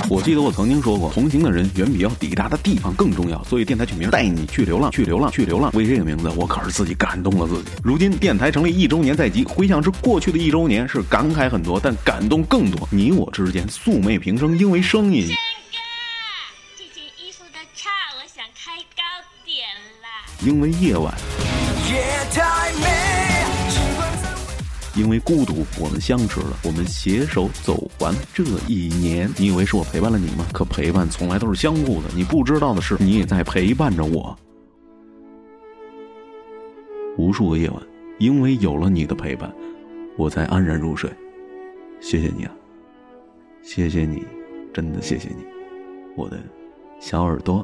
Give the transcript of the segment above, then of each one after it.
我记得我曾经说过，同行的人远比要抵达的地方更重要，所以电台取名带你去流浪，去流浪，去流浪。为这个名字，我可是自己感动了自己。如今电台成立1周年在即，回想至过去的1周年，是感慨很多，但感动更多。你我之间素昧平生，因为声音。 这件衣服的叉，我想开高点啦。 因为夜晚。 夜太美。 因为孤独，我们相识了，我们携手走完这1年。你以为是我陪伴了你吗？可陪伴从来都是相互的，你不知道的是，你也在陪伴着我。无数个夜晚，因为有了你的陪伴，我才安然入睡。谢谢你啊，谢谢你，真的谢谢你，我的小耳朵。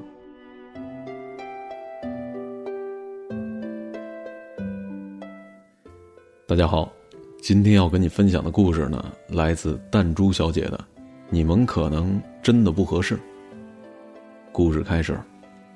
大家好，今天要跟你分享的故事呢，来自弹珠小姐的你们可能真的不合适。故事开始。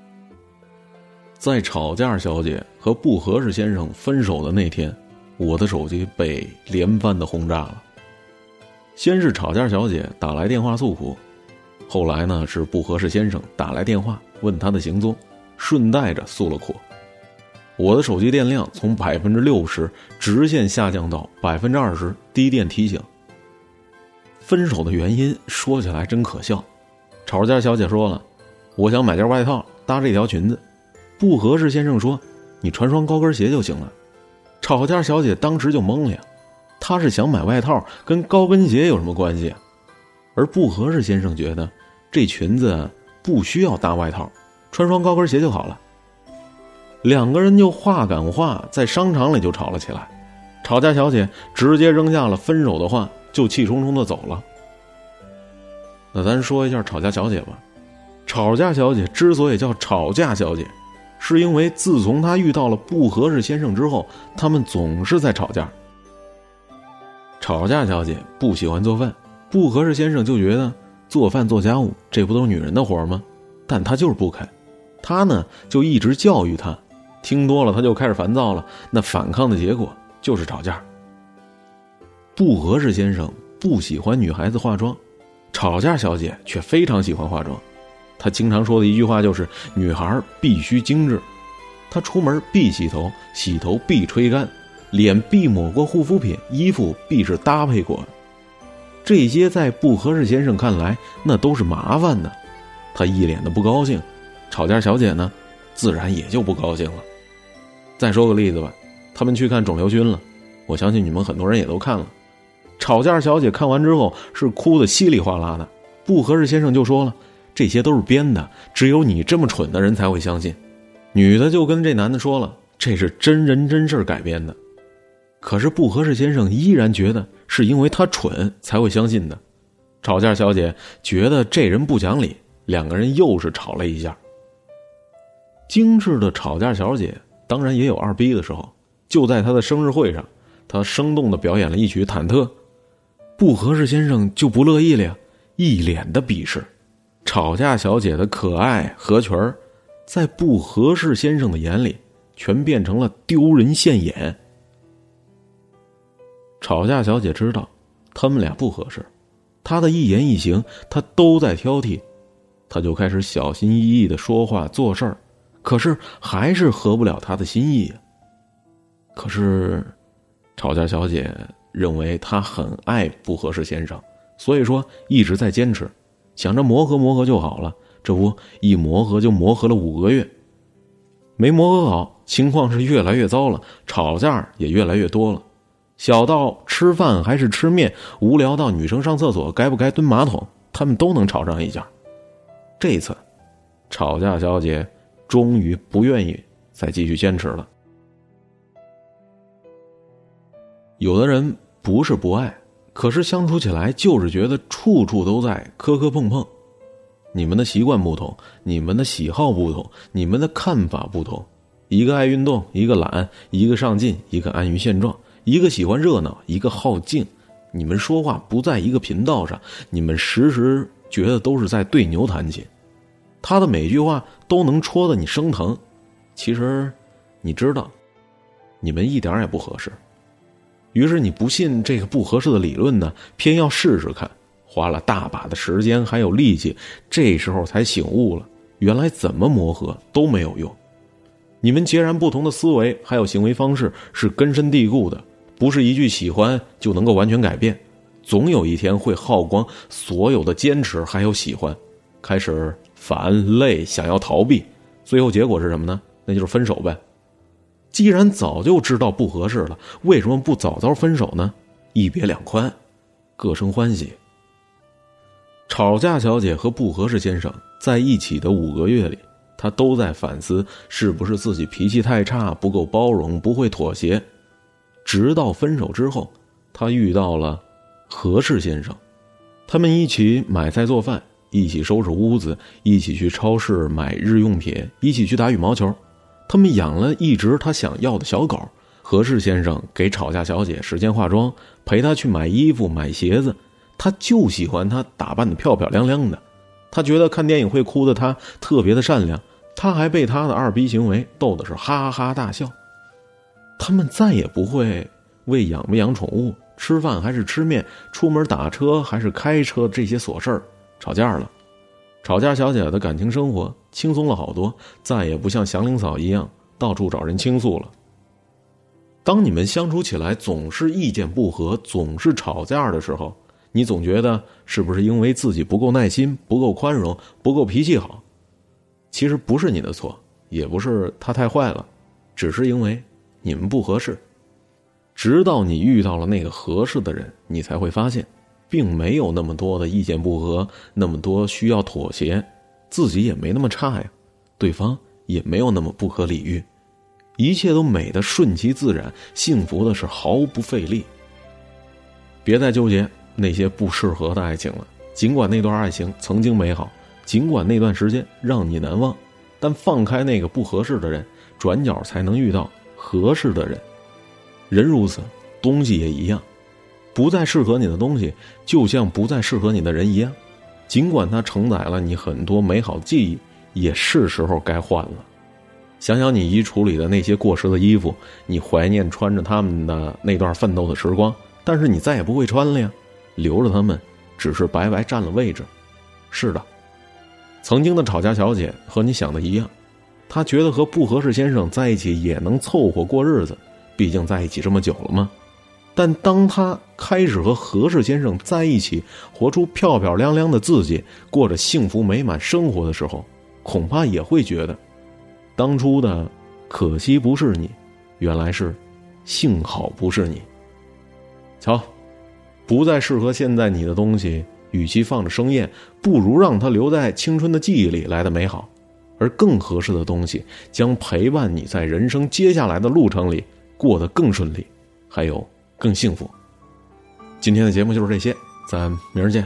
在吵架小姐和不合适先生分手的那天，我的手机被连番的轰炸了。先是吵架小姐打来电话诉苦，后来呢是不合适先生打来电话问她的行踪，顺带着诉了苦。我的手机电量从 60% 直线下降到 20% 低电提醒。分手的原因说起来真可笑。吵架小姐说了，我想买件外套搭这条裙子。不合适先生说，你穿双高跟鞋就行了。吵架小姐当时就懵了呀，她是想买外套，跟高跟鞋有什么关系啊？而不合适先生觉得这裙子不需要搭外套，穿双高跟鞋就好了。两个人就话赶话，在商场里就吵了起来。吵架小姐直接扔下了分手的话，就气冲冲的走了。那咱说一下吵架小姐吧。吵架小姐之所以叫吵架小姐，是因为自从她遇到了不合适先生之后，他们总是在吵架。吵架小姐不喜欢做饭，不合适先生就觉得做饭做家务这不都是女人的活吗？但她就是不肯。他呢就一直教育她，听多了他就开始烦躁了，那反抗的结果就是吵架。不合适先生不喜欢女孩子化妆，吵架小姐却非常喜欢化妆。她经常说的一句话就是女孩必须精致，她出门必洗头，洗头必吹干，脸必抹过护肤品，衣服必是搭配过。这些在不合适先生看来那都是麻烦的，他一脸的不高兴。吵架小姐呢自然也就不高兴了。再说个例子吧，他们去看肿瘤君了，我相信你们很多人也都看了。吵架小姐看完之后是哭得稀里哗啦的，不合适先生就说了，这些都是编的，只有你这么蠢的人才会相信。女的就跟这男的说了，这是真人真事改编的。可是不合适先生依然觉得是因为他蠢才会相信的。吵架小姐觉得这人不讲理，两个人又是吵了一架。精致的吵架小姐当然也有二逼的时候，就在她的生日会上，她生动地表演了一曲忐忑。不合适先生就不乐意了呀，一脸的鄙视。吵架小姐的可爱合群在不合适先生的眼里全变成了丢人现眼。吵架小姐知道他们俩不合适，她的一言一行她都在挑剔，她就开始小心翼翼地说话做事儿，可是还是合不了他的心意。可是吵架小姐认为他很爱不合适先生，所以说一直在坚持，想着磨合磨合就好了。这不一磨合就磨合了5个月，没磨合好，情况是越来越糟了，吵架也越来越多了。小到吃饭还是吃面，无聊到女生上厕所该不该蹲马桶，他们都能吵上一架。这一次吵架小姐终于不愿意再继续坚持了。有的人不是不爱，可是相处起来就是觉得处处都在磕磕碰碰。你们的习惯不同，你们的喜好不同，你们的看法不同，一个爱运动，一个懒，一个上进，一个安于现状，一个喜欢热闹，一个好静。你们说话不在一个频道上，你们时时觉得都是在对牛弹琴。他的每句话都能戳得你生疼，其实你知道你们一点也不合适。于是你不信这个不合适的理论呢，偏要试试看， 花了大把的时间还有力气，这时候才醒悟了，原来怎么磨合都没有用。你们截然不同的思维还有行为方式是根深蒂固的，不是一句喜欢就能够完全改变，总有一天会耗光所有的坚持还有喜欢，开始烦累想要逃避，最后结果是什么呢？那就是分手呗。既然早就知道不合适了，为什么不早早分手呢？一别两宽，各生欢喜。吵架小姐和不合适先生在一起的5个月里，她都在反思是不是自己脾气太差，不够包容，不会妥协。直到分手之后，她遇到了合适先生，他们一起买菜做饭，一起收拾屋子，一起去超市买日用品，一起去打羽毛球。他们养了一只他想要的小狗，合适先生给吵架小姐时间化妆，陪她去买衣服买鞋子，他就喜欢她打扮得漂漂亮亮的。他觉得看电影会哭的她特别的善良，他还被她的二逼行为逗的是哈哈大笑。他们再也不会为养不养宠物，吃饭还是吃面，出门打车还是开车这些琐事儿吵架了。吵架小姐的感情生活轻松了好多，再也不像祥林嫂一样到处找人倾诉了。当你们相处起来总是意见不合，总是吵架的时候，你总觉得是不是因为自己不够耐心，不够宽容，不够脾气好？其实不是你的错，也不是他太坏了，只是因为你们不合适。直到你遇到了那个合适的人，你才会发现并没有那么多的意见不合，那么多需要妥协，自己也没那么差呀，对方也没有那么不可理喻，一切都美得顺其自然，幸福的是毫不费力。别再纠结那些不适合的爱情了，尽管那段爱情曾经美好，尽管那段时间让你难忘，但放开那个不合适的人，转角才能遇到合适的人。人如此，东西也一样，不再适合你的东西就像不再适合你的人一样，尽管它承载了你很多美好记忆，也是时候该换了。想想你衣橱里的那些过时的衣服，你怀念穿着他们的那段奋斗的时光，但是你再也不会穿了呀，留着他们只是白白占了位置。是的，曾经的吵架小姐和你想的一样，她觉得和不合适先生在一起也能凑合过日子，毕竟在一起这么久了嘛。但当她开始和合适先生在一起，活出漂漂亮亮的自己，过着幸福美满生活的时候，恐怕也会觉得当初的可惜不是你，原来是幸好不是你。瞧，不再适合现在你的东西，与其放着生厌，不如让它留在青春的记忆里来得美好。而更合适的东西将陪伴你在人生接下来的路程里过得更顺利，还有更幸福。今天的节目就是这些，咱明儿见。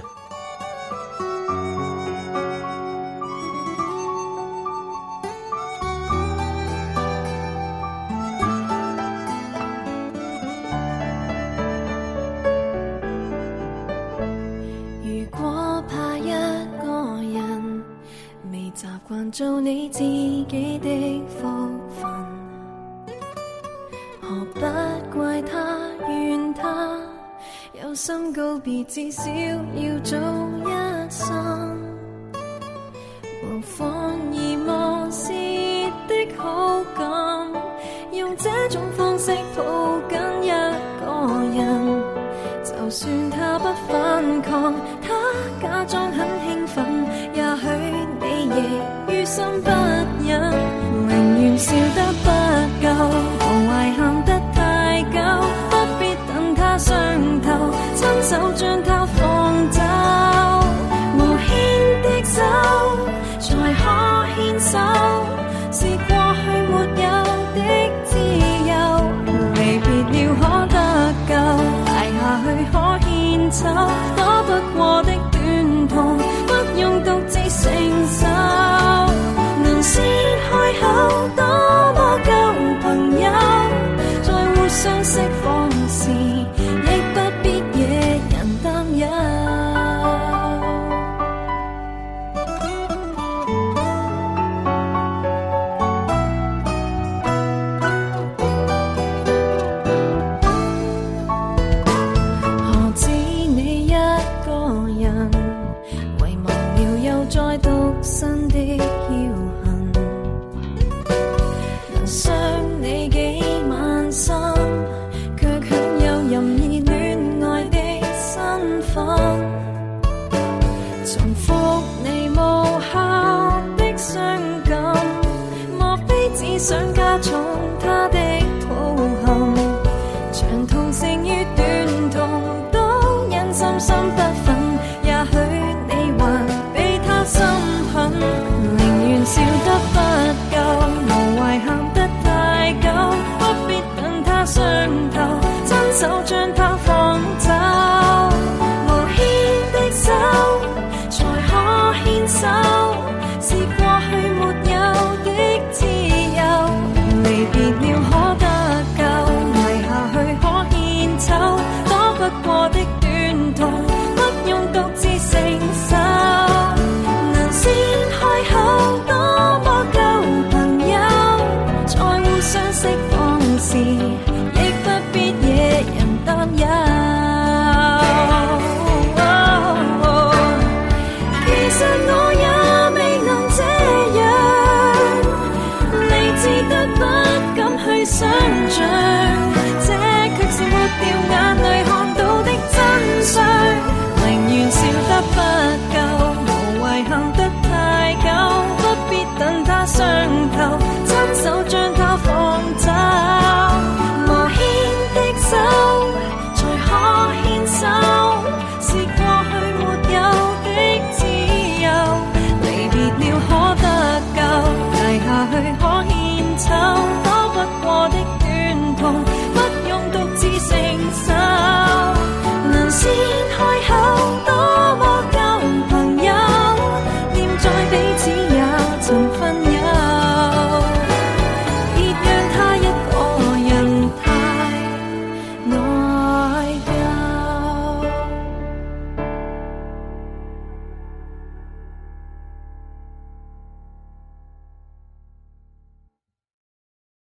如果怕一個人未習慣做你自己的福分，何不怪他怨他有心告別，至少要早一生，無妨而無事的好感，用這種方式抱緊一個人，就算他不反抗，他假裝很興奮，也許你亦於心不忍，寧願笑得不夠，無謂喊得太久，不必等他傷透，親手將他放走，無牽的手才可牽手，是過去沒有的自由，離別了可得救，捱下去可獻醜，躲不過的短痛，不用獨自承受，能先開口多麼舊朋友，在互相釋放時，亦不必惹人擔憂。何止你一想交